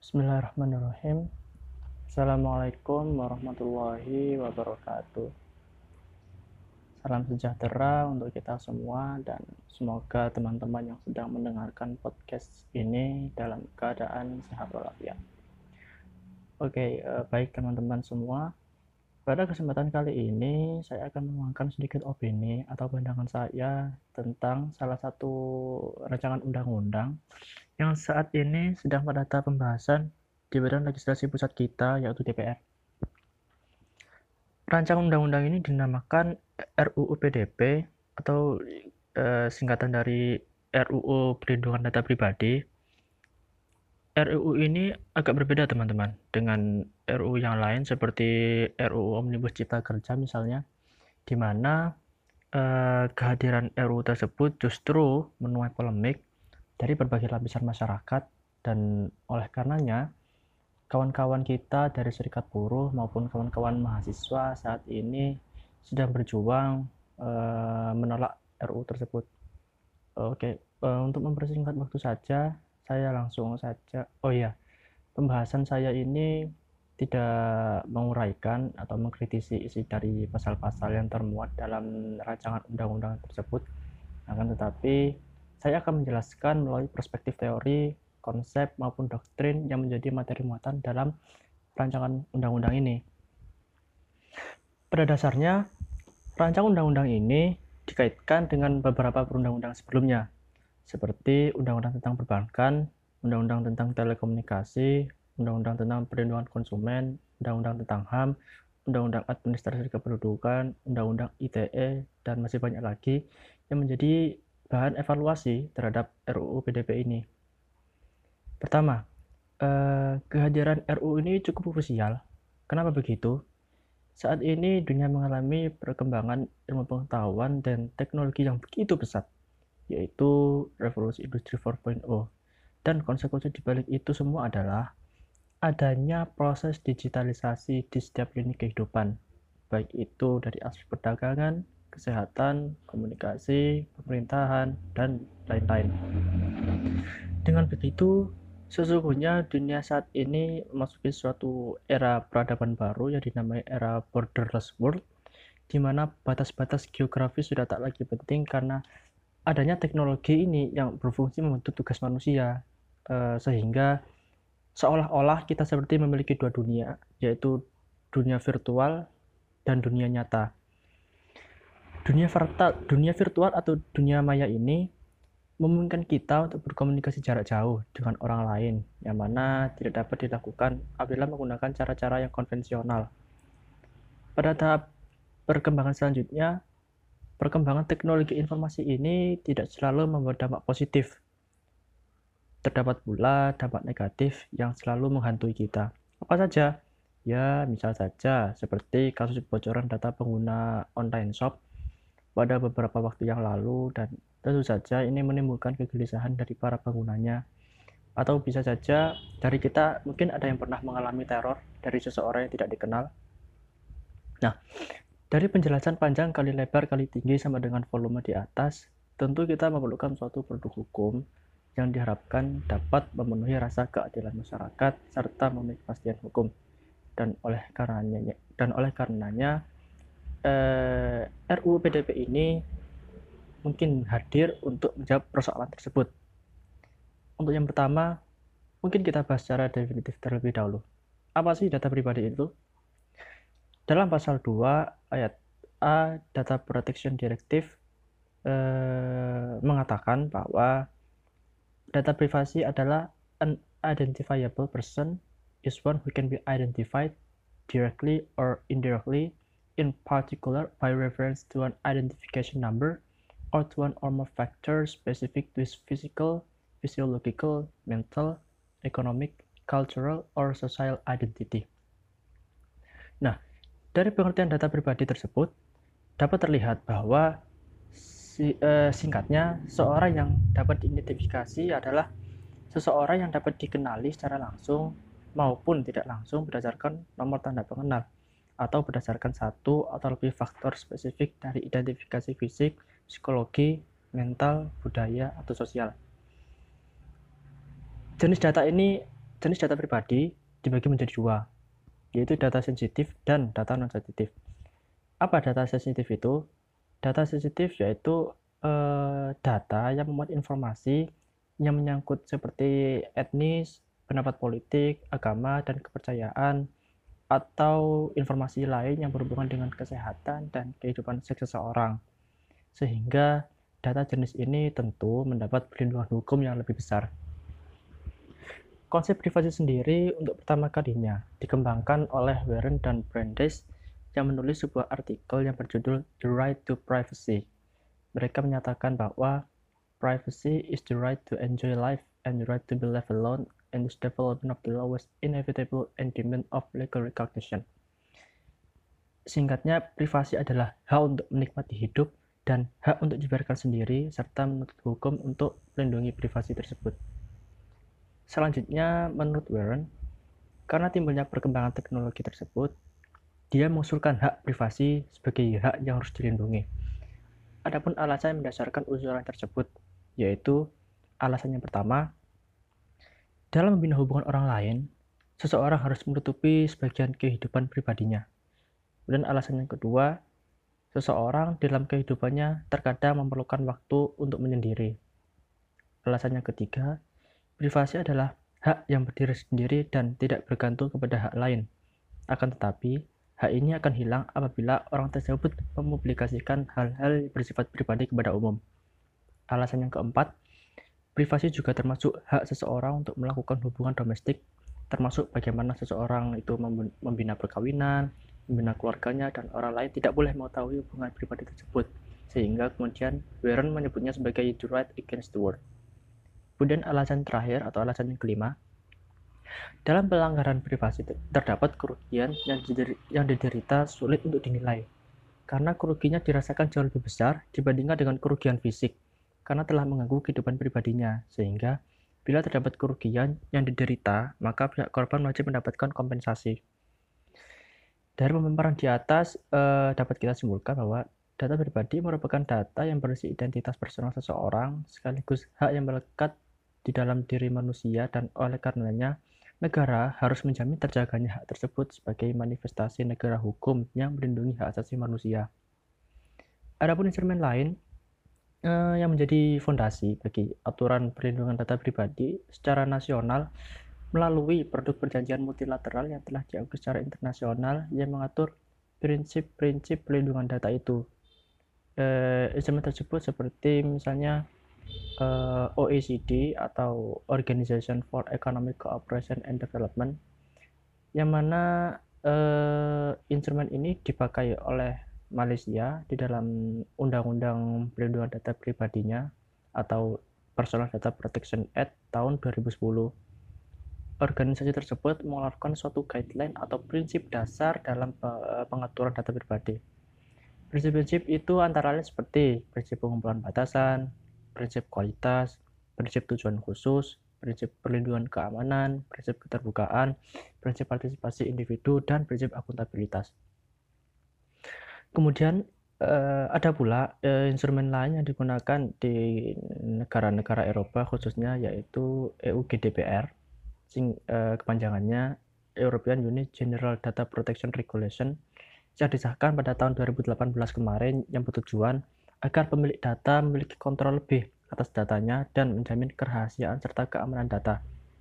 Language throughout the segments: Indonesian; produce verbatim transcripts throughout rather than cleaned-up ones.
Bismillahirrahmanirrahim. Assalamualaikum warahmatullahi wabarakatuh. Salam sejahtera untuk kita semua dan semoga teman-teman yang sedang mendengarkan podcast ini dalam keadaan sehat walafiat. Oke, eh, baik teman-teman semua. Pada kesempatan kali ini saya akan menuangkan sedikit opini atau pandangan saya tentang salah satu rancangan undang-undang yang saat ini sedang pada tahap pembahasan di Badan Legislasi Pusat kita, yaitu D P R. Rancangan undang-undang ini dinamakan R U U P D P atau eh, singkatan dari R U U Perlindungan Data Pribadi. R U U ini agak berbeda teman-teman dengan R U U yang lain seperti R U U Omnibus Cipta Kerja misalnya, di mana eh, kehadiran R U U tersebut justru menuai polemik dari berbagai lapisan masyarakat, dan oleh karenanya kawan-kawan kita dari serikat buruh maupun kawan-kawan mahasiswa saat ini sedang berjuang uh, menolak R U U tersebut. Oke, uh, untuk mempersingkat waktu saja, saya langsung saja. Oh iya, pembahasan saya ini tidak menguraikan atau mengkritisi isi dari pasal-pasal yang termuat dalam rancangan undang-undang tersebut, akan tetapi saya akan menjelaskan melalui perspektif teori, konsep maupun doktrin yang menjadi materi muatan dalam rancangan undang-undang ini. Pada dasarnya, rancangan undang-undang ini dikaitkan dengan beberapa perundang-undang sebelumnya, seperti Undang-Undang tentang Perbankan, Undang-Undang tentang Telekomunikasi, Undang-Undang tentang Perlindungan Konsumen, Undang-Undang tentang H A M, Undang-Undang Administrasi Kependudukan, Undang-Undang I T E, dan masih banyak lagi yang menjadi bahan evaluasi terhadap R U U P D P ini. Pertama, eh, kehadiran R U U ini cukup krusial. Kenapa begitu? Saat ini dunia mengalami perkembangan ilmu pengetahuan dan teknologi yang begitu pesat, yaitu revolusi industri empat titik nol. Dan konsekuensi dibalik itu semua adalah adanya proses digitalisasi di setiap lini kehidupan, baik itu dari aspek perdagangan, kesehatan, komunikasi, pemerintahan, dan lain-lain. Dengan begitu, sesungguhnya dunia saat ini memasuki suatu era peradaban baru yang dinamai era borderless world, di mana batas-batas geografis sudah tak lagi penting karena adanya teknologi ini yang berfungsi membantu tugas manusia, eh, sehingga seolah-olah kita seperti memiliki dua dunia, yaitu dunia virtual dan dunia nyata. Dunia virtual, dunia virtual atau dunia maya ini memungkinkan kita untuk berkomunikasi jarak jauh dengan orang lain, yang mana tidak dapat dilakukan apabila menggunakan cara-cara yang konvensional. Pada tahap perkembangan selanjutnya, perkembangan teknologi informasi ini tidak selalu membawa dampak positif. Terdapat pula dampak negatif yang selalu menghantui kita. Apa saja? Ya, misal saja seperti kasus kebocoran data pengguna online shop pada beberapa waktu yang lalu, dan tentu saja ini menimbulkan kegelisahan dari para penggunanya. Atau bisa saja dari kita, mungkin ada yang pernah mengalami teror dari seseorang yang tidak dikenal. Nah, dari penjelasan panjang kali lebar kali tinggi sama dengan volume di atas, tentu kita memerlukan suatu produk hukum yang diharapkan dapat memenuhi rasa keadilan masyarakat serta memenuhi kepastian hukum. Dan oleh karenanya, dan oleh karenanya eh, R U U P D P ini mungkin hadir untuk menjawab persoalan tersebut. Untuk yang pertama, mungkin kita bahas secara definitif terlebih dahulu. Apa sih data pribadi itu? Dalam pasal dua ayat A Data Protection Directive eh, mengatakan bahwa data privasi adalah an identifiable person is one who can be identified directly or indirectly, in particular by reference to an identification number or to one or more factors specific to his physical, physiological, mental, economic, cultural, or social identity. Nah, dari pengertian data pribadi tersebut dapat terlihat bahwa si, eh, singkatnya, seorang yang dapat diidentifikasi adalah seseorang yang dapat dikenali secara langsung maupun tidak langsung berdasarkan nomor tanda pengenal, atau berdasarkan satu atau lebih faktor spesifik dari identifikasi fisik, psikologi, mental, budaya, atau sosial. Jenis data ini Jenis data pribadi dibagi menjadi dua, yaitu data sensitif dan data non-sensitif. Apa data sensitif itu? Data sensitif yaitu eh, data yang memuat informasi yang menyangkut seperti etnis, pendapat politik, agama, dan kepercayaan, atau informasi lain yang berhubungan dengan kesehatan dan kehidupan seks seseorang. Sehingga data jenis ini tentu mendapat perlindungan hukum yang lebih besar. Konsep privasi sendiri untuk pertama kalinya dikembangkan oleh Warren dan Brandeis yang menulis sebuah artikel yang berjudul The Right to Privacy. Mereka menyatakan bahwa privacy is the right to enjoy life and the right to be left alone, and this development of the law was inevitable and demand of legal recognition. Singkatnya, privasi adalah hak untuk menikmati hidup dan hak untuk dibiarkan sendiri serta menuntut hukum untuk melindungi privasi tersebut. Selanjutnya, menurut Warren, karena timbulnya perkembangan teknologi tersebut, dia mengusulkan hak privasi sebagai hak yang harus dilindungi. Adapun alasan yang mendasarkan usulan tersebut, yaitu alasan yang pertama, dalam membina hubungan orang lain, seseorang harus menutupi sebagian kehidupan pribadinya. Dan alasan yang kedua, seseorang dalam kehidupannya terkadang memerlukan waktu untuk menyendiri. Alasan yang ketiga, privasi adalah hak yang berdiri sendiri dan tidak bergantung kepada hak lain. Akan tetapi, hak ini akan hilang apabila orang tersebut mempublikasikan hal-hal bersifat pribadi kepada umum. Alasan yang keempat, privasi juga termasuk hak seseorang untuk melakukan hubungan domestik, termasuk bagaimana seseorang itu membina perkawinan, membina keluarganya, dan orang lain tidak boleh mengetahui hubungan pribadi tersebut. Sehingga kemudian Warren menyebutnya sebagai the right against the world. Kemudian alasan terakhir atau alasan yang kelima, dalam pelanggaran privasi terdapat kerugian yang, yang diderita sulit untuk dinilai, karena kerugiannya dirasakan jauh lebih besar dibandingkan dengan kerugian fisik, karena telah mengganggu kehidupan pribadinya, sehingga bila terdapat kerugian yang diderita, maka pihak korban wajib mendapatkan kompensasi. Dari pemaparan di atas, eh, dapat kita simpulkan bahwa data pribadi merupakan data yang berisi identitas personal seseorang, sekaligus hak yang melekat di dalam diri manusia, dan oleh karenanya negara harus menjamin terjaganya hak tersebut sebagai manifestasi negara hukum yang melindungi hak asasi manusia. Adapun instrumen lain eh, yang menjadi fondasi bagi aturan perlindungan data pribadi secara nasional melalui produk perjanjian multilateral yang telah diakui secara internasional yang mengatur prinsip-prinsip perlindungan data itu. Eh, instrumen tersebut seperti misalnya Uh, O E C D atau Organization for Economic Cooperation and Development, yang mana uh, instrumen ini dipakai oleh Malaysia di dalam Undang-Undang Perlindungan Data Pribadinya atau Personal Data Protection Act tahun dua ribu sepuluh. Organisasi tersebut mengeluarkan suatu guideline atau prinsip dasar dalam pengaturan data pribadi. Prinsip-prinsip itu antara lain seperti prinsip pengumpulan batasan, prinsip kualitas, prinsip tujuan khusus, prinsip perlindungan keamanan, prinsip keterbukaan, prinsip partisipasi individu, dan prinsip akuntabilitas. Kemudian eh, ada pula eh, instrumen lain yang digunakan di negara-negara Eropa khususnya, yaitu E U G D P R, sing, eh, kepanjangannya European Union General Data Protection Regulation, yang disahkan pada tahun dua ribu delapan belas kemarin, yang bertujuan agar pemilik data memiliki kontrol lebih atas datanya dan menjamin kerahasiaan serta keamanan data.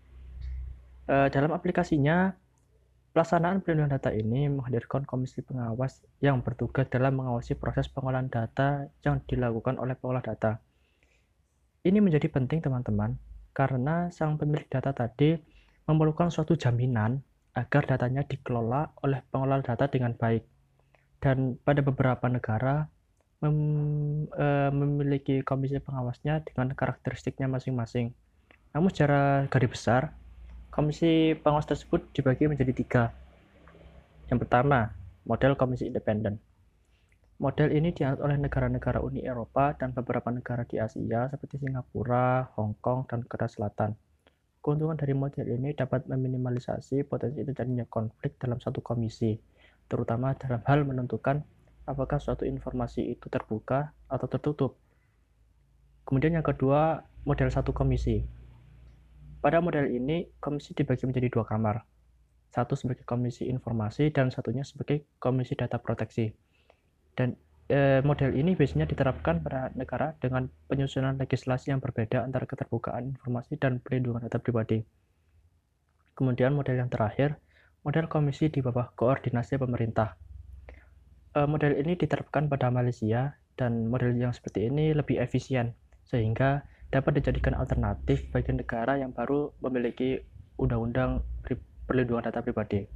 E, dalam aplikasinya, pelaksanaan perlindungan data ini menghadirkan komisi pengawas yang bertugas dalam mengawasi proses pengolahan data yang dilakukan oleh pengolah data. Ini menjadi penting teman-teman, karena sang pemilik data tadi memerlukan suatu jaminan agar datanya dikelola oleh pengolah data dengan baik. Dan pada beberapa negara Mem, e, memiliki komisi pengawasnya dengan karakteristiknya masing-masing. Namun secara garis besar, komisi pengawas tersebut dibagi menjadi tiga. Yang pertama, model komisi independen. Model ini dianut oleh negara-negara Uni Eropa dan beberapa negara di Asia seperti Singapura, Hong Kong, dan Korea Selatan. Keuntungan dari model ini dapat meminimalisasi potensi terjadinya konflik dalam satu komisi, terutama dalam hal menentukan apakah suatu informasi itu terbuka atau tertutup. Kemudian yang kedua, model satu komisi. Pada model ini, komisi dibagi menjadi dua kamar. Satu sebagai komisi informasi dan satunya sebagai komisi data proteksi. Dan eh, model ini biasanya diterapkan pada negara dengan penyusunan legislasi yang berbeda antara keterbukaan informasi dan perlindungan data pribadi. Kemudian model yang terakhir, model komisi di bawah koordinasi pemerintah. Eh, model ini diterapkan pada Malaysia dan model yang seperti ini lebih efisien sehingga dapat dijadikan alternatif bagi negara yang baru memiliki undang-undang perlindungan data pribadi.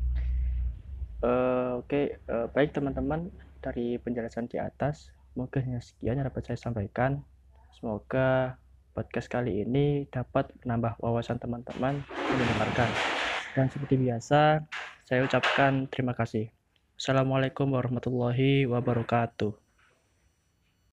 Uh, Oke, okay. uh, baik teman-teman, dari penjelasan di atas, mungkin sekian yang dapat saya sampaikan. Semoga podcast kali ini dapat menambah wawasan teman-teman yang mendengarkan. Dan seperti biasa, saya ucapkan terima kasih. Assalamualaikum warahmatullahi wabarakatuh.